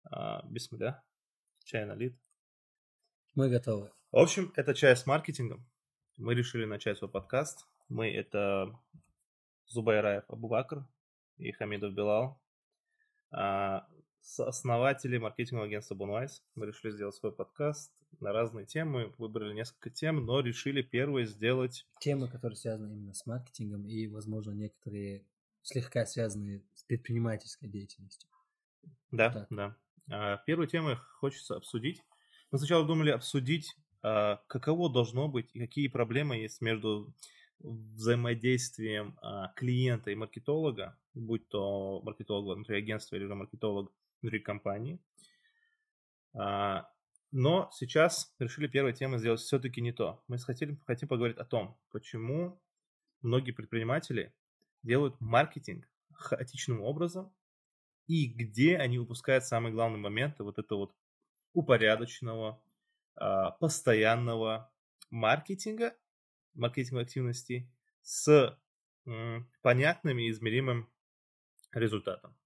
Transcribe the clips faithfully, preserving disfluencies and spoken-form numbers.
А, бисмилля. Чай налит. Мы готовы. В общем, это чай с маркетингом. Мы решили начать свой подкаст. Мы это Зубайраев Абубакр и Хамидов Билал, а, сооснователи маркетингового агентства Bunwise. Мы решили сделать свой подкаст на разные темы. Выбрали несколько тем, но решили первой сделать... Темы, которые связаны именно с маркетингом и, возможно, некоторые слегка связанные с предпринимательской деятельностью. Да, Так. да. А, первую тему хочется обсудить. Мы сначала думали обсудить, а, каково должно быть и какие проблемы есть между взаимодействием а, клиента и маркетолога, будь то маркетолог внутри агентства или же маркетолог внутри компании. А, но сейчас решили первой темой сделать все-таки не то. Мы хотели, хотим поговорить о том, почему многие предприниматели делают маркетинг хаотичным образом и где они упускают самые главные моменты вот этого вот упорядоченного, а, постоянного маркетинга, маркетинговой активности с м, понятным и измеримым результатом.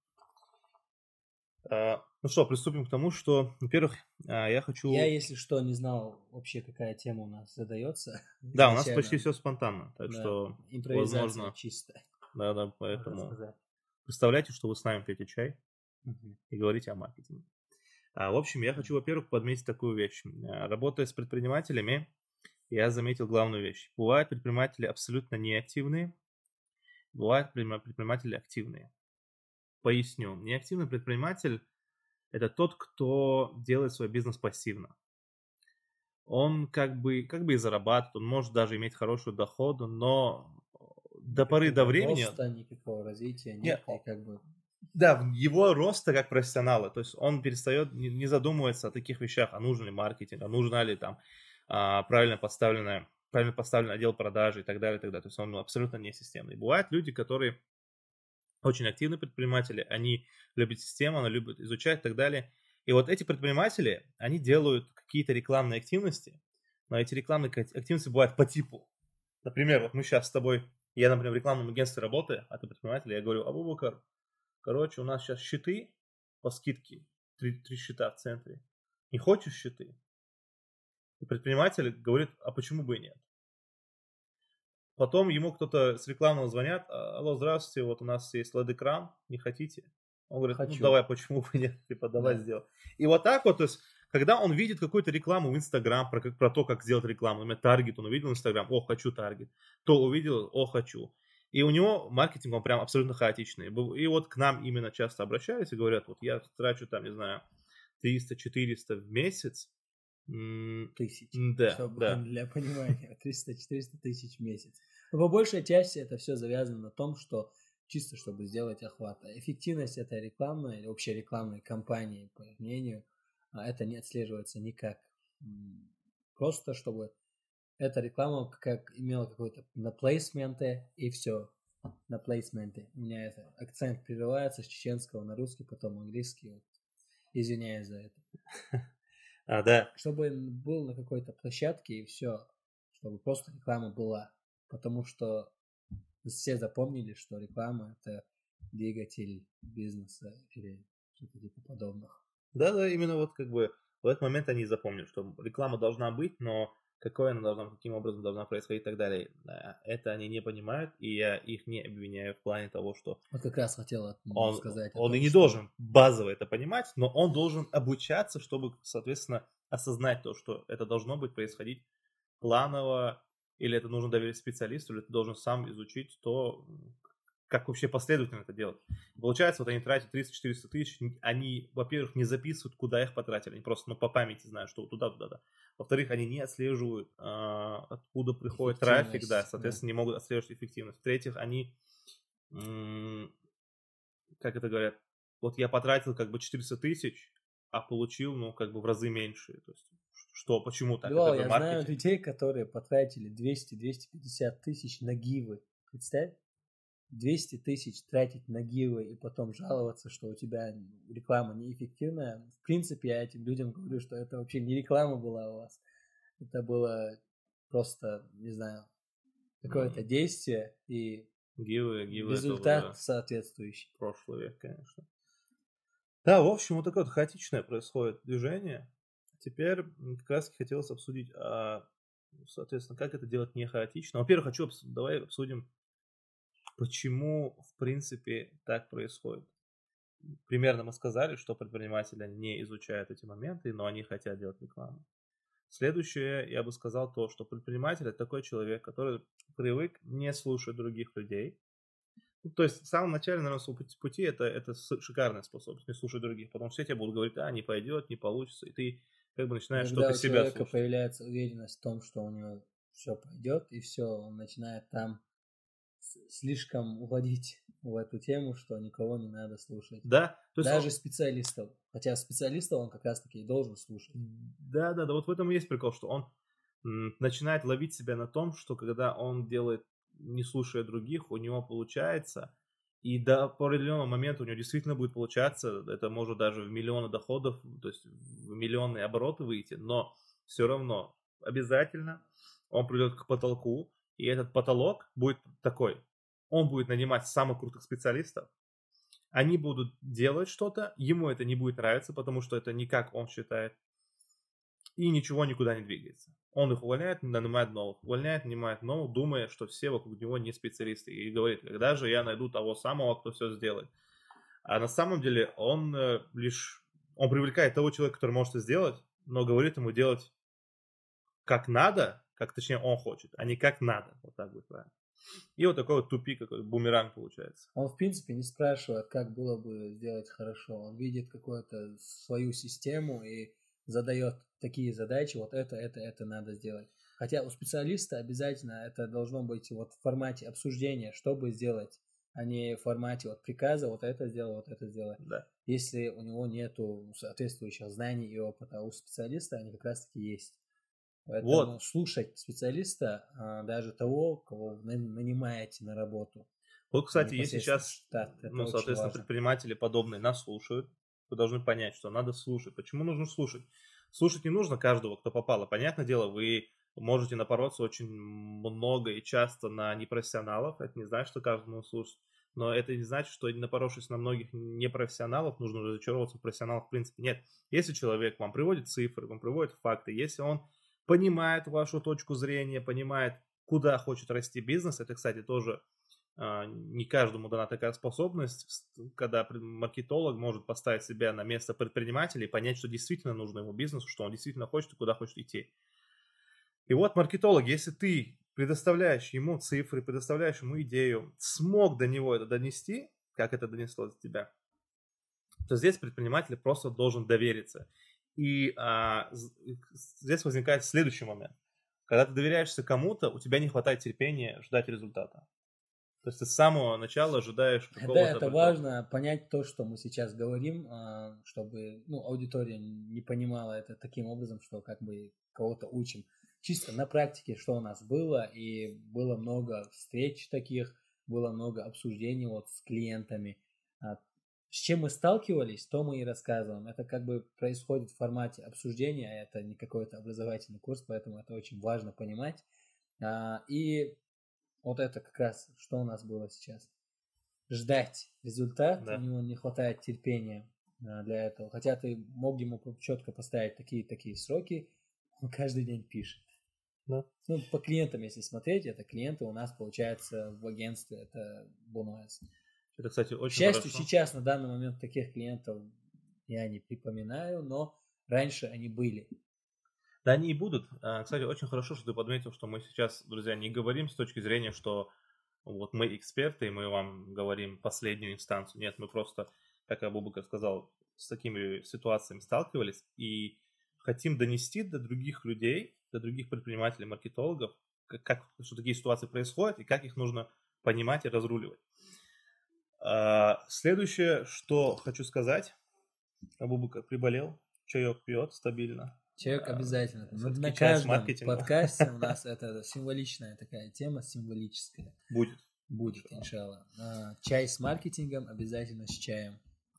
А, ну что, приступим к тому, что, во-первых, а, я хочу... Я, если что, не знал вообще, какая тема у нас задается. Да, у нас Изначально, почти все спонтанно, так да, что, импровизация возможно, чистая, да, да, можно поэтому сказать. представляйте, что вы с нами пьете чай Мгм. и говорите о маркетинге. А, в общем, я хочу, во-первых, подметить такую вещь. А, Работая с предпринимателями, я заметил главную вещь. Бывают предприниматели абсолютно неактивные, бывают предприниматели активные. Поясню. Неактивный предприниматель – это тот, кто делает свой бизнес пассивно. Он как бы, как бы и зарабатывает, он может даже иметь хороший доход, но до поры до времени... Роста, никакого развития нет, Нет, и как бы... Да, его роста как профессионала, то есть он перестает, не, не задумывается о таких вещах, а нужен ли маркетинг, а нужна ли там а, правильно поставленная, правильно поставленный отдел продажи и так далее, и так далее. То есть он абсолютно не системный. Бывают люди, которые очень активные предприниматели, они любят систему, они любят изучать и так далее. И вот эти предприниматели, они делают какие-то рекламные активности, но эти рекламные активности бывают по типу. Например, вот мы сейчас с тобой, я, например, в рекламном агентстве работаю, а ты предприниматель, я говорю: Абубакар, короче, у нас сейчас щиты по скидке, три, три щита в центре. Не хочешь щиты? И предприниматель говорит: а почему бы и нет? Потом ему кто-то с рекламного звонят: алло, здравствуйте, вот у нас есть эл и ди-экран, не хотите? Он говорит: Хочу. ну давай, почему бы и нет, типа давай Да. сделай. И вот так вот, то есть, когда он видит какую-то рекламу в Инстаграм, про, как- про то, как сделать рекламу, например, таргет, он увидел Инстаграм, о, хочу таргет, то увидел, о, хочу. И у него маркетинг, он прям абсолютно хаотичный. И вот к нам именно часто обращаются и говорят: вот я трачу там, не знаю, триста-четыреста в месяц. М, Тысяч. Да, Чтобы да. для понимания, триста-четыреста тысяч в месяц. Но по большей части это все завязано на том, что чисто чтобы сделать охват. А эффективность этой рекламной или вообще рекламной кампании, по их мнению, а, это не отслеживается никак. М, Просто чтобы эта реклама как имела какой-то на плейсменты и все. На плейсменты. У меня это акцент прерывается с чеченского на русский, потом английский. Вот. Извиняюсь за это. А, да. Чтобы был на какой-то площадке и все, чтобы просто реклама была. Потому что все запомнили, что реклама – это двигатель бизнеса или что-то типа подобных. Да, да, именно вот как бы в этот момент они запомнят, что реклама должна быть, но какой она должна, каким образом должна происходить и так далее. Это они не понимают, и я их не обвиняю в плане того, что Вот как раз хотел он, сказать. он о том, и не что... должен базово это понимать, но он должен обучаться, чтобы, соответственно, осознать то, что это должно быть происходить планово, или это нужно доверить специалисту, или ты должен сам изучить то, как вообще последовательно это делать. Получается, вот они тратят триста-четыреста тысяч, они, во-первых, не записывают, куда их потратили, они просто ну, по памяти знают, что туда-туда-да. Во-вторых, они не отслеживают, а, откуда приходит трафик, да, соответственно, да. не могут отслеживать эффективность. В-третьих, они, м- как это говорят, вот я потратил как бы четыреста тысяч, а получил, ну, как бы в разы меньше. То есть, что, почему так? Билал, это же я маркетинг. знаю людей, которые потратили двести-двести пятьдесят тысяч на гивы. Представь? двести тысяч тратить на гивы и потом жаловаться, что у тебя реклама неэффективная. В принципе, я этим людям говорю, что это вообще не реклама была у вас. Это было просто, не знаю, какое-то mm. действие и гивы, гивы результат это уже соответствующий. Прошлый век, конечно. Да, в общем, вот такое вот хаотичное происходит движение. Теперь как раз хотелось обсудить, а, соответственно, как это делать не хаотично. Во-первых, хочу обс- давай обсудим, почему, в принципе, так происходит. Примерно мы сказали, что предприниматели не изучают эти моменты, но они хотят делать рекламу. Следующее, я бы сказал то, что предприниматель – это такой человек, который привык не слушать других людей. Ну, то есть в самом начале, наверное, своего пути, пути это, это с- шикарная способность не слушать других, потому что все тебе будут говорить, а, не пойдет, не получится, и ты как бы И начинаешь когда только у себя человека слушать. появляется уверенность в том, что у него все пойдет, и все, он начинает там с- слишком уходить в эту тему, что никого не надо слушать. Да, то есть он- Даже специалистов. Хотя специалистов он как раз-таки и должен слушать. да, да, да, вот в этом и есть прикол, что он м, начинает ловить себя на том, что когда он делает, не слушая других, у него получается, и до определенного момента у него действительно будет получаться, это может даже в миллионы доходов, то есть в миллионные обороты выйти, но все равно обязательно он придет к потолку, и этот потолок будет такой, он будет нанимать самых крутых специалистов, они будут делать что-то, ему это не будет нравиться, потому что это не как он считает, и ничего никуда не двигается. Он их увольняет, нанимает новых, увольняет, нанимает новых, думая, что все вокруг него не специалисты. И говорит, когда же я найду того самого, кто все сделает. А на самом деле он э, лишь, он привлекает того человека, который может это сделать, но говорит ему делать как надо, как точнее он хочет, а не как надо. Вот так будет правильно. И вот такой вот тупик, какой бумеранг получается. Он, в принципе, не спрашивает, как было бы сделать хорошо. Он видит какую-то свою систему и задает такие задачи, вот это, это, это надо сделать. Хотя у специалиста обязательно это должно быть вот в формате обсуждения, чтобы сделать, а не в формате вот приказа, вот это сделай, вот это сделай. Да. Если у него нету соответствующих знаний и опыта, а у специалиста они как раз-таки есть. Поэтому Вот. слушать специалиста, а, даже того, кого вы нанимаете на работу. Вот, кстати, если сейчас, Штат, это ну, очень соответственно, важно. предприниматели подобные нас слушают, вы должны понять, что надо слушать. Почему нужно слушать? Слушать не нужно каждого, кто попало. Понятное дело, вы можете напороться очень много и часто на непрофессионалов. Это не значит, что каждому слушать. Но это не значит, что напоровшись на многих непрофессионалов, нужно разочаровываться в профессионалах в принципе. Нет. Если человек вам приводит цифры, вам приводит факты, если он понимает вашу точку зрения, понимает, куда хочет расти бизнес, это, кстати, тоже не каждому дана такая способность, когда маркетолог может поставить себя на место предпринимателя и понять, что действительно нужно ему бизнесу, что он действительно хочет и куда хочет идти. И вот маркетолог, если ты предоставляешь ему цифры, предоставляешь ему идею, смог до него это донести, как это донесло до тебя, то здесь предприниматель просто должен довериться. И а, здесь возникает следующий момент. Когда ты доверяешься кому-то, у тебя не хватает терпения ждать результата. То есть ты с самого начала ожидаешь какого-то... Да, это прикола. важно понять то, что мы сейчас говорим, чтобы ну, аудитория не понимала это таким образом, что как бы кого-то учим. Чисто на практике, что у нас было, и было много встреч таких, было много обсуждений вот с клиентами. С чем мы сталкивались, то мы и рассказываем. Это как бы происходит в формате обсуждения, это не какой-то образовательный курс, поэтому это очень важно понимать. И вот это как раз, что у нас было сейчас. Ждать результат, Да. у него не хватает терпения для этого. Хотя ты мог ему четко поставить такие-такие сроки, он каждый день пишет. Да. Ну, по клиентам, если смотреть, это клиенты у нас, получается, в агентстве, это бонус. Это, кстати, очень К счастью, хорошо. сейчас на данный момент таких клиентов я не припоминаю, но раньше они были. Да, они и будут. Кстати, очень хорошо, что ты подметил, что мы сейчас, друзья, не говорим с точки зрения, что вот мы эксперты, и мы вам говорим последнюю инстанцию. Нет, мы просто, как Абубакар сказал, с такими ситуациями сталкивались и хотим донести до других людей, до других предпринимателей, маркетологов, как, как что такие ситуации происходят и как их нужно понимать и разруливать. Следующее, что хочу сказать. Абубакар приболел, чаек пьет стабильно. Чаек обязательно. А, на каждом подкасте у нас это символичная такая тема, символическая. Будет. Будет, иншалла. А, чай с маркетингом обязательно с чаем.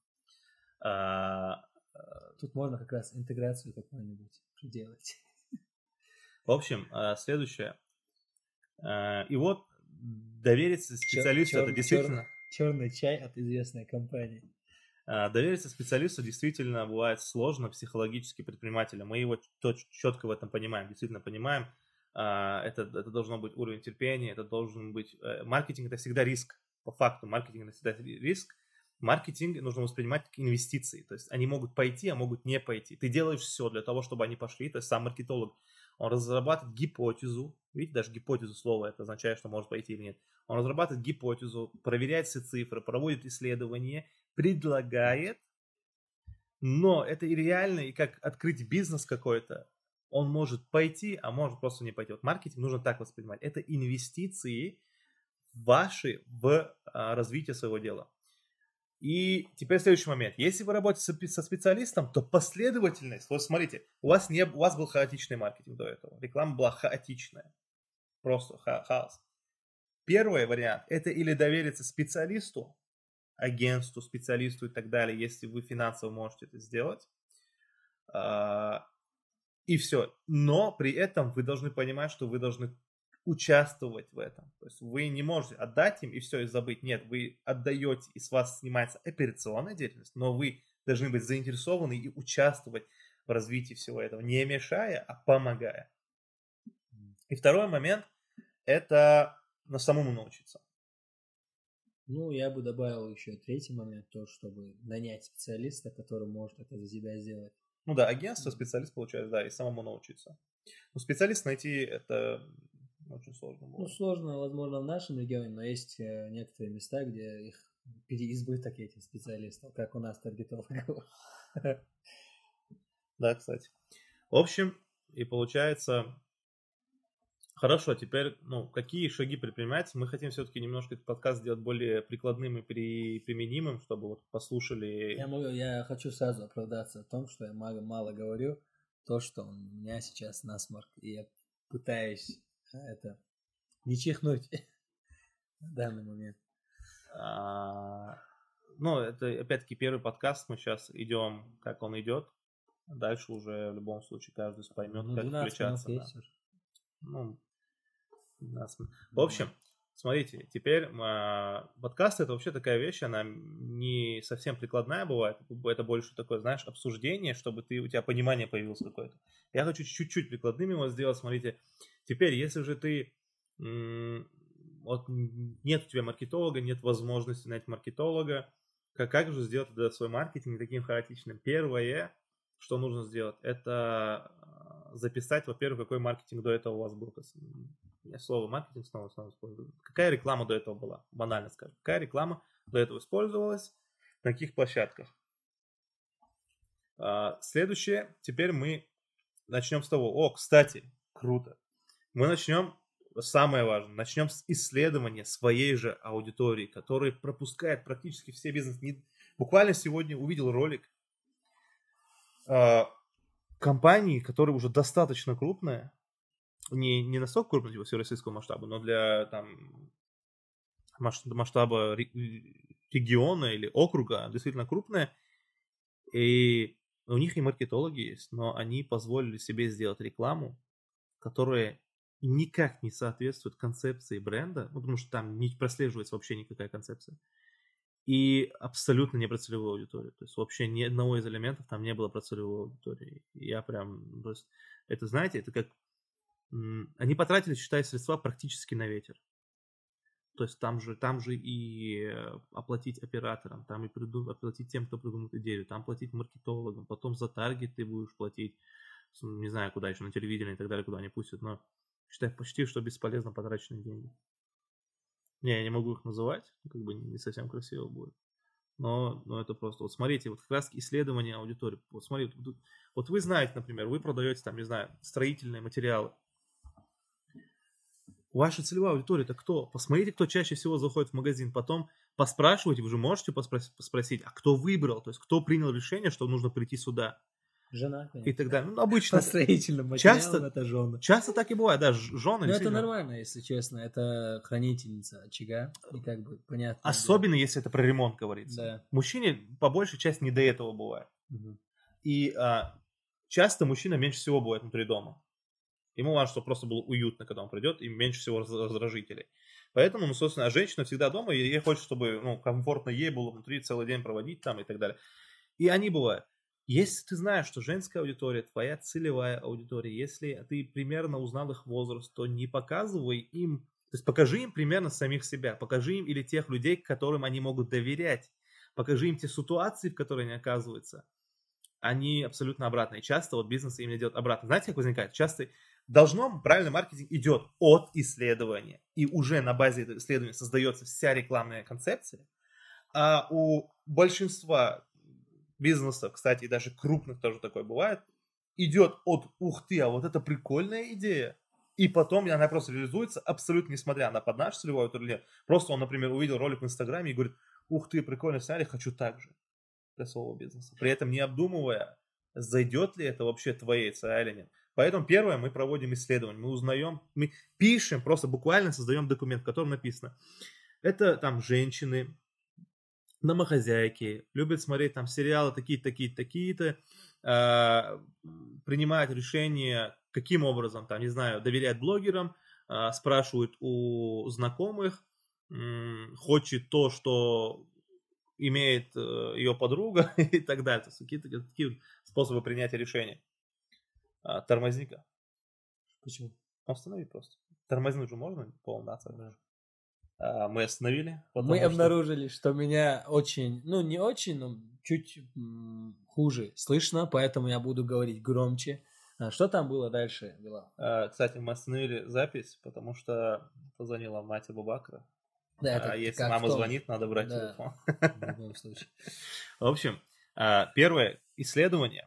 А, Тут можно как раз интеграцию какую-нибудь делать. В общем, следующее. И вот довериться специалисту, Чер- это действительно... Черный чай от известной компании. Довериться специалисту действительно бывает сложно психологически предпринимателя. Мы его четко в этом понимаем, действительно понимаем. Это, это должен быть уровень терпения, это должен быть... Маркетинг – это всегда риск. По факту маркетинг – это всегда риск. Маркетинг нужно воспринимать как инвестиции. То есть они могут пойти, а могут не пойти. Ты делаешь все для того, чтобы они пошли. То есть сам маркетолог, он разрабатывает гипотезу. Видите, даже гипотезу слова, это означает, что может пойти или нет. Он разрабатывает гипотезу, проверяет все цифры, проводит исследования, предлагает. Но это и реально, и как открыть бизнес какой-то. Он может пойти, а может просто не пойти. Вот маркетинг нужно так воспринимать. Это инвестиции ваши в а, развитие своего дела. И теперь следующий момент. Если вы работаете со специалистом, то последовательность. Вот смотрите, у вас, не, у вас был хаотичный маркетинг до этого. Реклама была хаотичная. Просто ха- хаос. Первый вариант – это или довериться специалисту, агентству, специалисту и так далее, если вы финансово можете это сделать. И все. Но при этом вы должны понимать, что вы должны участвовать в этом. То есть вы не можете отдать им и все, и забыть. Нет, вы отдаете, и с вас снимается операционная деятельность, но вы должны быть заинтересованы и участвовать в развитии всего этого, не мешая, а помогая. И второй момент – это на самому научиться. Ну, я бы добавил еще третий момент, то, чтобы нанять специалиста, который может это за тебя сделать. Ну да, агентство, специалист получается, да, и самому научиться. Но специалист найти это очень сложно было. Ну, сложно, возможно, в нашем регионе, но есть некоторые места, где их переизбыток этих специалистов, как у нас таргетологов. Да, кстати. В общем, и получается... Хорошо, теперь, ну, какие шаги предпринимать? Мы хотим все-таки немножко этот подкаст сделать более прикладным и при, применимым, чтобы вот послушали... Я, могу, я хочу сразу оправдаться о том, что я мало, мало говорю, то, что у меня сейчас насморк, и я пытаюсь это не чихнуть в данный момент. А, ну, это опять-таки первый подкаст, мы сейчас идем, как он идет. Дальше уже в любом случае каждый поймет, ну, как включаться. Да. Ну, в общем, смотрите, теперь э, подкаст это вообще такая вещь, она не совсем прикладная бывает, это больше такое, знаешь, обсуждение, чтобы ты, у тебя понимание появилось какое-то. Я хочу чуть-чуть прикладным его сделать, смотрите, теперь, если же ты, м- вот нет у тебя маркетолога, нет возможности найти маркетолога, как, как же сделать этот свой маркетинг таким хаотичным? Первое, что нужно сделать, это записать, во-первых, какой маркетинг до этого у вас был. То есть, я слово маркетинг снова, снова использую. Какая реклама до этого была? Банально скажем. Какая реклама до этого использовалась? На каких площадках? А, следующее. Теперь мы начнем с того. О, кстати, круто. Мы начнем, самое важное, начнем с исследования своей же аудитории, которая пропускает практически все бизнесы. Буквально сегодня увидел ролик а, компании, которая уже достаточно крупная, не, не настолько крупная, типа всероссийского масштаба, но для там, масштаба региона или округа действительно крупная. И у них и маркетологи есть, но они позволили себе сделать рекламу, которая никак не соответствует концепции бренда, ну, потому что там не прослеживается вообще никакая концепция. И абсолютно не про целевую аудиторию. То есть вообще ни одного из элементов там не было про целевую аудиторию. Я прям... То есть, это, знаете, это как... М- они потратили, считай, средства практически на ветер. То есть там же, там же и оплатить операторам, там и приду, оплатить тем, кто придумает идею, там платить маркетологам, потом за таргет ты будешь платить, не знаю, куда еще, на телевидение и так далее, куда они пустят, но считай, почти что бесполезно потраченные деньги. Не, я не могу их называть, как бы не совсем красиво будет. Но, но это просто, вот смотрите, вот как раз исследование аудитории. Вот смотрите, вот, вот вы знаете, например, вы продаете там, не знаю, строительные материалы. Ваша целевая аудитория это кто? Посмотрите, кто чаще всего заходит в магазин. Потом поспрашивайте, вы же можете поспросить, спросить, а кто выбрал, то есть кто принял решение, что нужно прийти сюда. Жена, конечно. И так далее. Ну, обычно. По строительным материалам это жены. Часто так и бывает, да, жены. Но это нормально, если честно. Это хранительница очага. И как бы понятно. Особенно, если это про ремонт говорится. Да. Мужчине по большей части не до этого бывает. Угу. И а, часто мужчина меньше всего бывает внутри дома. Ему важно, чтобы просто было уютно, когда он придет, и меньше всего раздражителей. Поэтому, ну, собственно, женщина всегда дома, и ей хочет, чтобы, ну, комфортно ей было внутри целый день проводить там и так далее. И они бывают. Если ты знаешь, что женская аудитория, твоя целевая аудитория, если ты примерно узнал их возраст, то не показывай им, то есть покажи им примерно самих себя, покажи им или тех людей, которым они могут доверять, покажи им те ситуации, в которые они оказываются. Они абсолютно обратные. Часто вот бизнес именно идет обратно. Знаете, как возникает? Часто должно, правильный маркетинг идет от исследования, и уже на базе этого исследования создается вся рекламная концепция, а у большинства бизнесов, кстати, и даже крупных тоже такое бывает, идет от «ух ты, а вот это прикольная идея», и потом она просто реализуется абсолютно несмотря на под наш целевой аудиторию. Просто он, например, увидел ролик в Инстаграме и говорит: «Ух ты, прикольно сняли, хочу так же» для своего бизнеса. При этом не обдумывая, зайдет ли это вообще твоей цели или нет. Поэтому первое, мы проводим исследование, мы узнаем, мы пишем, просто буквально создаем документ, в котором написано: это там женщины, домохозяйки, любят смотреть там сериалы такие-то, такие-то, такие-то, э, принимают решения, каким образом, там, не знаю, доверяют блогерам, э, спрашивают у знакомых, э, хочет то, что имеет э, ее подруга и так далее. То есть какие-то такие способы принятия решений. А, тормозни-ка. Почему? Останови просто. Тормознуть же можно полнаться. Да. А, мы остановили. Мы что... обнаружили, что меня очень, ну не очень, но чуть м- хуже слышно, поэтому я буду говорить громче. А что там было дальше, Билал? А, кстати, мы остановили запись, потому что позвонила мать Абу-Бакра. Да, а если мама том... звонит, надо брать да, телефон. В любом случае. В общем, первое исследование.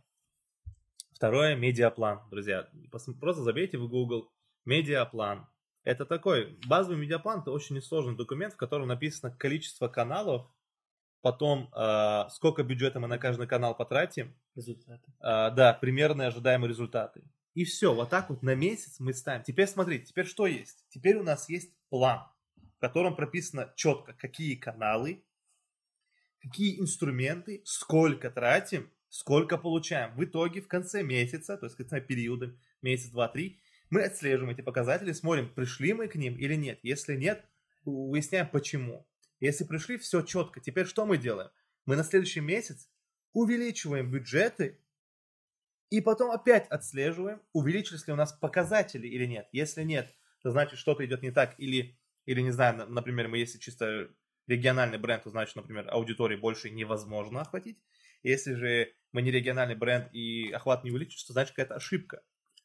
Второе, медиаплан, друзья. Просто забейте в Google медиаплан. Это такой базовый медиаплан, это очень несложный документ, в котором написано количество каналов, потом э, сколько бюджета мы на каждый канал потратим. Результаты. Э, да, примерные ожидаемые результаты. И все, вот так вот на месяц мы ставим. Теперь смотрите, теперь что есть? Теперь у нас есть план, в котором прописано четко, какие каналы, какие инструменты, сколько тратим, сколько получаем. В итоге в конце месяца, то есть в конце периода, месяц, два, три, мы отслеживаем эти показатели, смотрим, пришли мы к ним или нет. Если нет, выясняем почему. Если пришли, все четко. Теперь что мы делаем? Мы на следующий месяц увеличиваем бюджеты и потом опять отслеживаем, увеличились ли у нас показатели или нет. Если нет, то значит что-то идет не так. Или, или не знаю, например, мы если чисто региональный бренд, то значит, например, аудитории больше невозможно охватить. Если же мы не региональный бренд и охват не увеличится, то значит какая-то ошибка.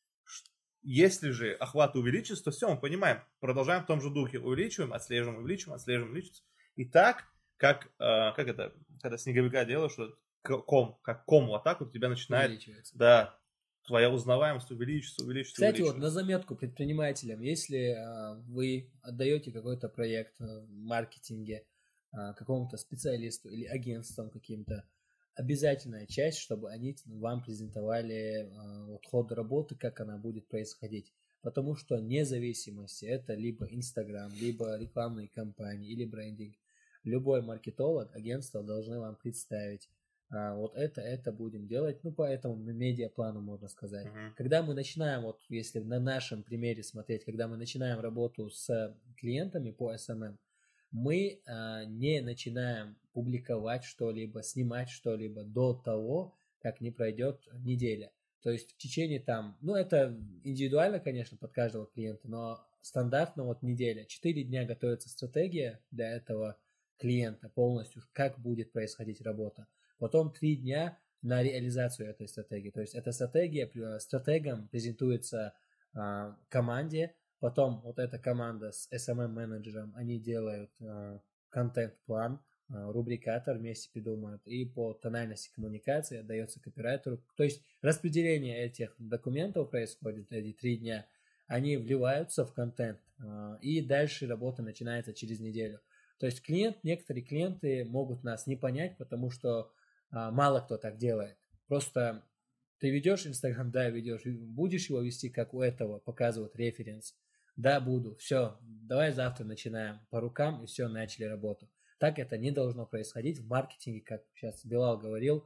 Если же охват увеличится, то все, мы понимаем, продолжаем в том же духе, увеличиваем, отслеживаем, увеличиваем, отслеживаем, увеличиваем. И так, как, э, как это, когда снеговика делаешь, что ком, как ком, вот так вот у тебя начинает, да, твоя узнаваемость увеличится, увеличится, Кстати, увеличится. вот на заметку предпринимателям, если э, вы отдаете какой-то проект в маркетинге э, какому-то специалисту или агентствам каким-то, обязательная часть, чтобы они вам презентовали э, вот, ход работы, как она будет происходить. Потому что независимости это либо Инстаграм, либо рекламные кампании или брендинг. Любой маркетолог, агентство должны вам представить. А, вот это, это будем делать. Ну, по этому медиаплану можно сказать. Uh-huh. Когда мы начинаем, вот если на нашем примере смотреть, когда мы начинаем работу с клиентами по эс эм эм, мы а, не начинаем публиковать что-либо, снимать что-либо до того, как не пройдет неделя. То есть в течение там, ну это индивидуально, конечно, под каждого клиента, но стандартно вот неделя. Четыре дня готовится стратегия для этого клиента полностью, как будет происходить работа. Потом три дня на реализацию этой стратегии. То есть эта стратегия стратегам презентуется а, команде. Потом вот эта команда с эс эм эм-менеджером, они делают э, контент-план, э, рубрикатор вместе придумают, и по тональности коммуникации отдается копирайтеру. То есть распределение этих документов происходит эти три дня, они вливаются в контент, э, и дальше работа начинается через неделю. То есть клиент, некоторые клиенты могут нас не понять, потому что э, мало кто так делает. Просто ты ведешь Инстаграм, да, ведешь, будешь его вести, как у этого, показывают референс. Да, буду. Все, давай завтра начинаем по рукам, и все, начали работу. Так это не должно происходить в маркетинге, как сейчас Билал говорил.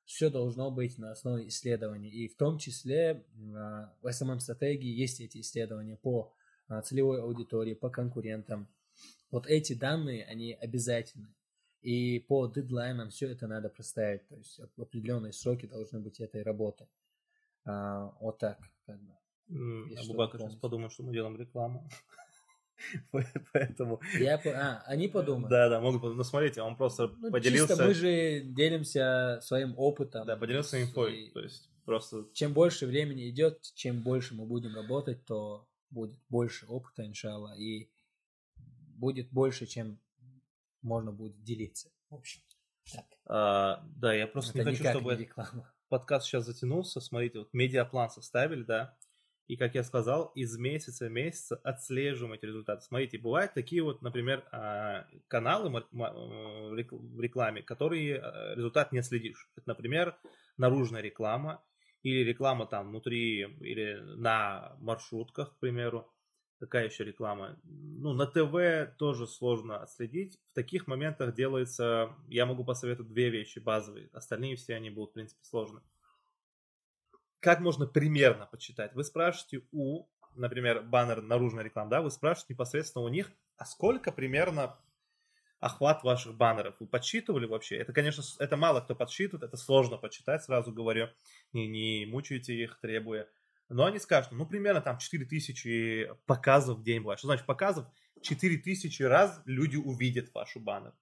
все должно быть на основе исследований. И в том числе в эс эм эм-стратегии есть эти исследования по целевой аудитории, по конкурентам. Вот эти данные, они обязательны. И по дедлайнам все это надо проставить. То есть в определенные сроки должны быть этой работы. А, вот так, как бы. Абубакр сейчас подумал, что мы делаем рекламу. Поэтому... Я, а, они подумают? Да, да, могут подумать. Ну, смотрите, он просто ну, поделился... Чисто мы же делимся своим опытом. Да, поделился инфой. То есть просто... Чем больше времени идет, чем больше мы будем работать, то будет больше опыта, иншалла, и будет больше, чем можно будет делиться. В общем, так. А, да, я просто Это не хочу, чтобы не подкаст сейчас затянулся. Смотрите, вот медиаплан составили, да, и, как я сказал, из месяца в месяц отслеживаем эти результаты. Смотрите, бывают такие вот, например, каналы в рекламе, которые результат не отследишь. Это, например, наружная реклама или реклама там внутри или на маршрутках, к примеру. Какая еще реклама? Ну, на ТВ тоже сложно отследить. В таких моментах делается, я могу посоветовать две вещи базовые. Остальные все они будут, в принципе, сложны. Как можно примерно подсчитать? Вы спрашиваете у, например, баннер наружной рекламы, да, вы спрашиваете непосредственно у них, а сколько примерно охват ваших баннеров? Вы подсчитывали вообще? Это, конечно, это мало кто подсчитывает, это сложно подсчитать, сразу говорю. Не, не мучайте их, требуя. Но они скажут, ну, примерно там четыре тысячи показов в день бывает. Что значит показов? четыре тысячи раз люди увидят вашу баннер.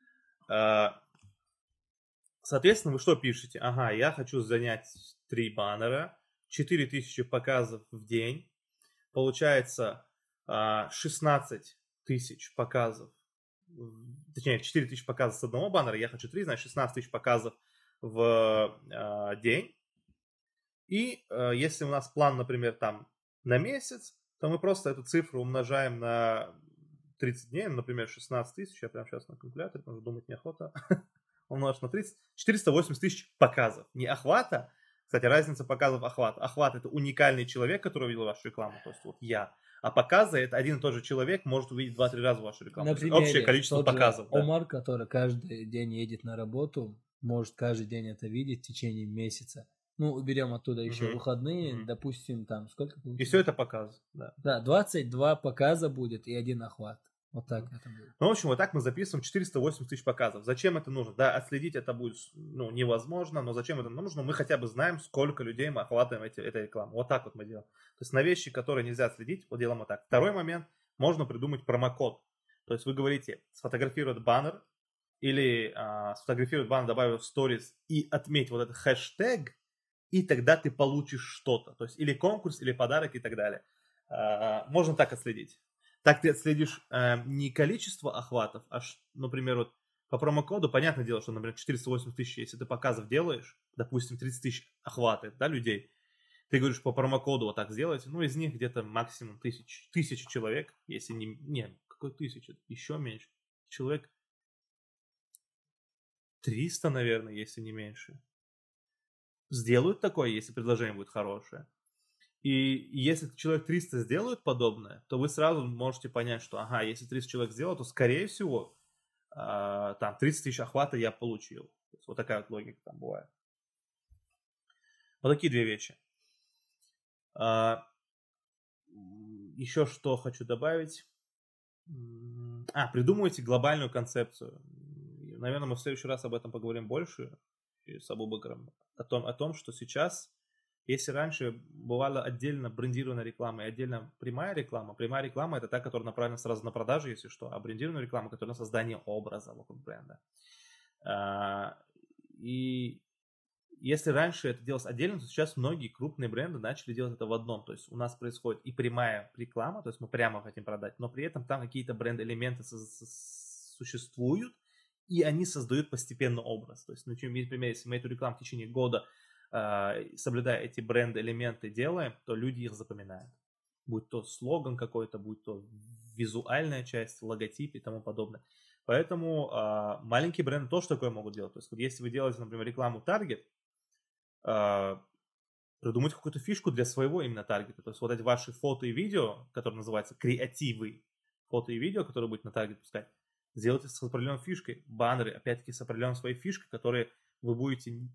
Соответственно, вы что пишете? Ага, я хочу занять три баннера, четыре тысячи показов в день. Получается шестнадцать тысяч показов. Точнее, четыре тысячи показов с одного баннера. Я хочу три, значит шестнадцать тысяч показов в день. И э, если у нас план, например, там на месяц, то мы просто эту цифру умножаем на тридцать дней, например, шестнадцать тысяч, я прямо сейчас на калькуляторе, потому что думать неохота, умножить на тридцать, четыреста восемьдесят тысяч показов. Не охвата, кстати, разница показов охвата. Охват — это уникальный человек, который увидел вашу рекламу, то есть вот я. А показы — это один и тот же человек может увидеть два-три раза вашу рекламу. Например, общее количество показов. Да. Омар, который каждый день едет на работу, может каждый день это видеть в течение месяца. Ну, уберем оттуда еще uh-huh. выходные, uh-huh. допустим, там сколько получится? И все это показ, да. Да, двадцать два показа будет и один охват. Вот так uh-huh. это будет. Ну, в общем, вот так мы записываем четыреста восемьдесят тысяч показов. Зачем это нужно? Да, отследить это будет, ну, невозможно, но зачем это нужно? Мы хотя бы знаем, сколько людей мы охватываем эти, этой рекламой. Вот так вот мы делаем. То есть на вещи, которые нельзя отследить, вот делаем вот так. Второй момент, можно придумать промокод. То есть вы говорите, сфотографировать баннер или а, сфотографировать баннер, добавив в сторис и отметить вот этот хэштег, и тогда ты получишь что-то. То есть или конкурс, или подарок и так далее. А, можно так отследить. Так ты отследишь а, не количество охватов, а, например, вот по промокоду, понятное дело, что, например, четыреста восемьдесят тысяч, если ты показов делаешь, допустим, тридцать тысяч охватывает, да, людей, ты говоришь по промокоду вот так сделайте, ну, из них где-то максимум тысяч, тысяча человек, если не, не, какой тысяча, еще меньше, человек триста, наверное, если не меньше. Сделают такое, если предложение будет хорошее. И если человек триста сделают подобное, то вы сразу можете понять, что ага, если триста человек сделал, то скорее всего э, там тридцать тысяч охвата я получил. То есть вот такая вот логика там бывает. Вот такие две вещи. А, еще что хочу добавить. А, придумывайте глобальную концепцию. Наверное, мы в следующий раз об этом поговорим больше с Абубакром. О том, о том, что сейчас, если раньше бывала отдельно брендированная реклама и отдельно прямая реклама, прямая реклама — это та, которая направлена сразу на продажу, если что, а брендированная реклама, которая на создание образа вокруг бренда. А, и если раньше это делалось отдельно, то сейчас многие крупные бренды начали делать это в одном. То есть у нас происходит и прямая реклама, то есть мы прямо хотим продать, но при этом там какие-то бренд-элементы существуют, и они создают постепенно образ. То есть, например, если мы эту рекламу в течение года, э, соблюдая эти бренд-элементы, делаем, то люди их запоминают. Будь то слоган какой-то, будь то визуальная часть, логотип и тому подобное. Поэтому э, маленькие бренды тоже такое могут делать. То есть, вот если вы делаете, например, рекламу Target, э, придумайте какую-то фишку для своего именно таргета. То есть, вот эти ваши фото и видео, которые называются креативы, фото и видео, которые будете на Target пускать, сделайте с определенной фишкой, баннеры, опять-таки, с определенной своей фишкой, которые вы будете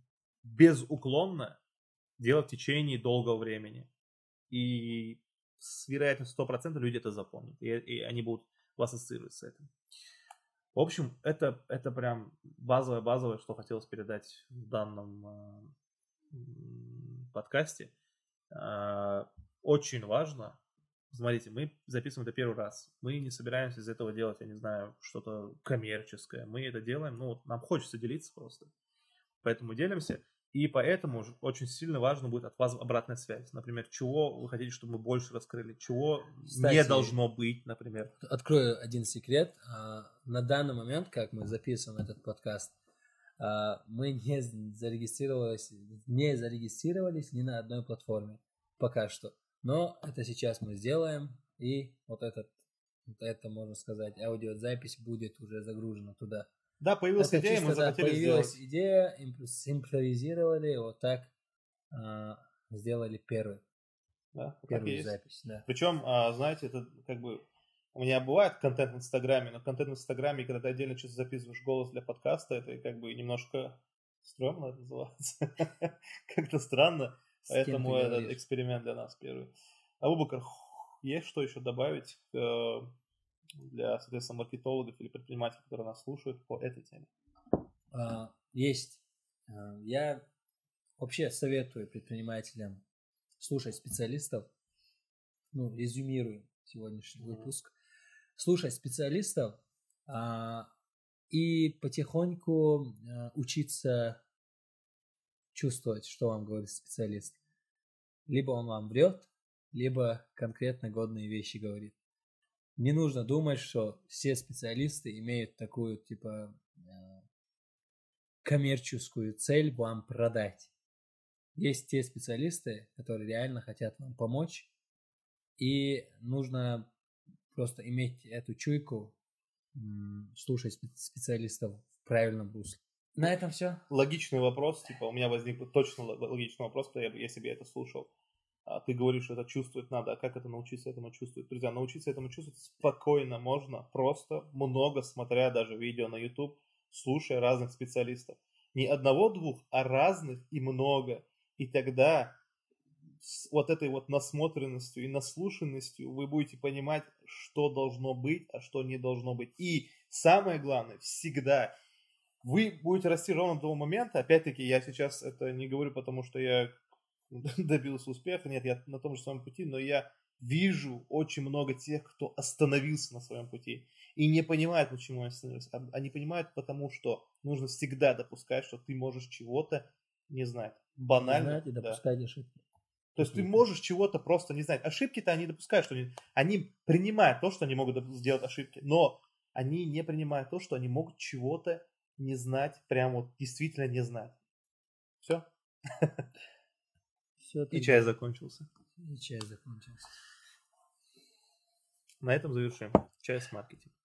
безуклонно делать в течение долгого времени. И с вероятностью сто процентов люди это запомнят. И, и они будут вас ассоциировать с этим. В общем, это, это прям базовое-базовое, что хотелось передать в данном э, подкасте. Э, очень важно. Смотрите, мы записываем это первый раз. Мы не собираемся из этого делать, я не знаю, что-то коммерческое. Мы это делаем, ну, вот нам хочется делиться просто. Поэтому делимся. И поэтому очень сильно важно будет от вас обратная связь. Например, чего вы хотите, чтобы мы больше раскрыли, чего Кстати, не должно быть, например. Открою один секрет. На данный момент, как мы записываем этот подкаст, мы не зарегистрировались, не зарегистрировались ни на одной платформе пока что. Но это сейчас мы сделаем, и вот, этот, вот это, можно сказать, аудиозапись будет уже загружена туда. Да, появилась это идея, чисто, мы захотели да, появилась сделать. идея, импровизировали, вот так а, сделали первый, да, первую запись. Да. Причем, а, знаете, это как бы у меня бывает контент в Инстаграме, но контент в Инстаграме, когда ты отдельно что-то записываешь голос для подкаста, это как бы немножко стрёмно это называется. Как-то странно. Поэтому этот эксперимент для нас первый. Абубакар, есть что еще добавить для, соответственно, маркетологов или предпринимателей, которые нас слушают по этой теме? А, есть. Я вообще советую предпринимателям слушать специалистов. Ну, резюмируем сегодняшний mm-hmm. выпуск. Слушать специалистов а, и потихоньку а, учиться чувствовать, что вам говорит специалист. Либо он вам врет, либо конкретно годные вещи говорит. Не нужно думать, что все специалисты имеют такую, типа, коммерческую цель вам продать. Есть те специалисты, которые реально хотят вам помочь, и нужно просто иметь эту чуйку, слушать специалистов в правильном русле. На этом все. Логичный вопрос, типа, у меня возник точно логичный вопрос, если бы я это слушал. А ты говоришь, что это чувствовать надо, а как это научиться этому чувствовать? Друзья, научиться этому чувствовать спокойно можно, просто много смотря даже видео на YouTube, слушая разных специалистов. Не одного-двух, а разных и много. И тогда с вот этой вот насмотренностью и наслушанностью вы будете понимать, что должно быть, а что не должно быть. И самое главное, всегда вы будете расти ровно до того момента, опять-таки, я сейчас это не говорю, потому что я добился успеха, нет, я на том же своем пути, но я вижу очень много тех, кто остановился на своем пути и не понимает, почему они остановились. Они понимают, потому что нужно всегда допускать, что ты можешь чего-то не знать. Банально. Не знать и допускать да. ошибки. То есть ты можешь чего-то просто не знать. Ошибки-то они допускают, что они, они принимают то, что они могут сделать ошибки, но они не принимают то, что они могут чего-то не знать, прям вот действительно не знать. Все? Все и чай закончился. И чай закончился. На этом завершим. Чай с маркетингом.